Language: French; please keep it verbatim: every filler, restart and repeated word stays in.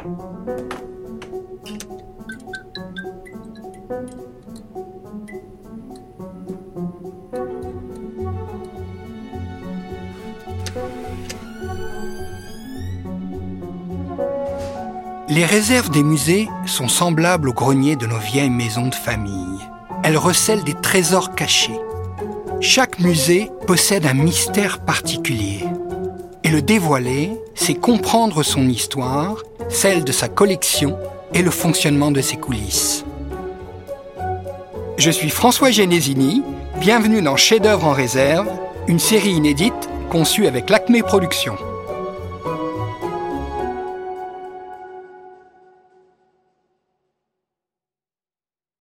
Les réserves des musées sont semblables aux greniers de nos vieilles maisons de famille. Elles recèlent des trésors cachés. Chaque musée possède un mystère particulier. Et le dévoiler, c'est comprendre son histoire, celle de sa collection et le fonctionnement de ses coulisses. Je suis François Genesini, bienvenue dans Chefs-d'œuvre en réserve, une série inédite conçue avec l'Acmé Productions.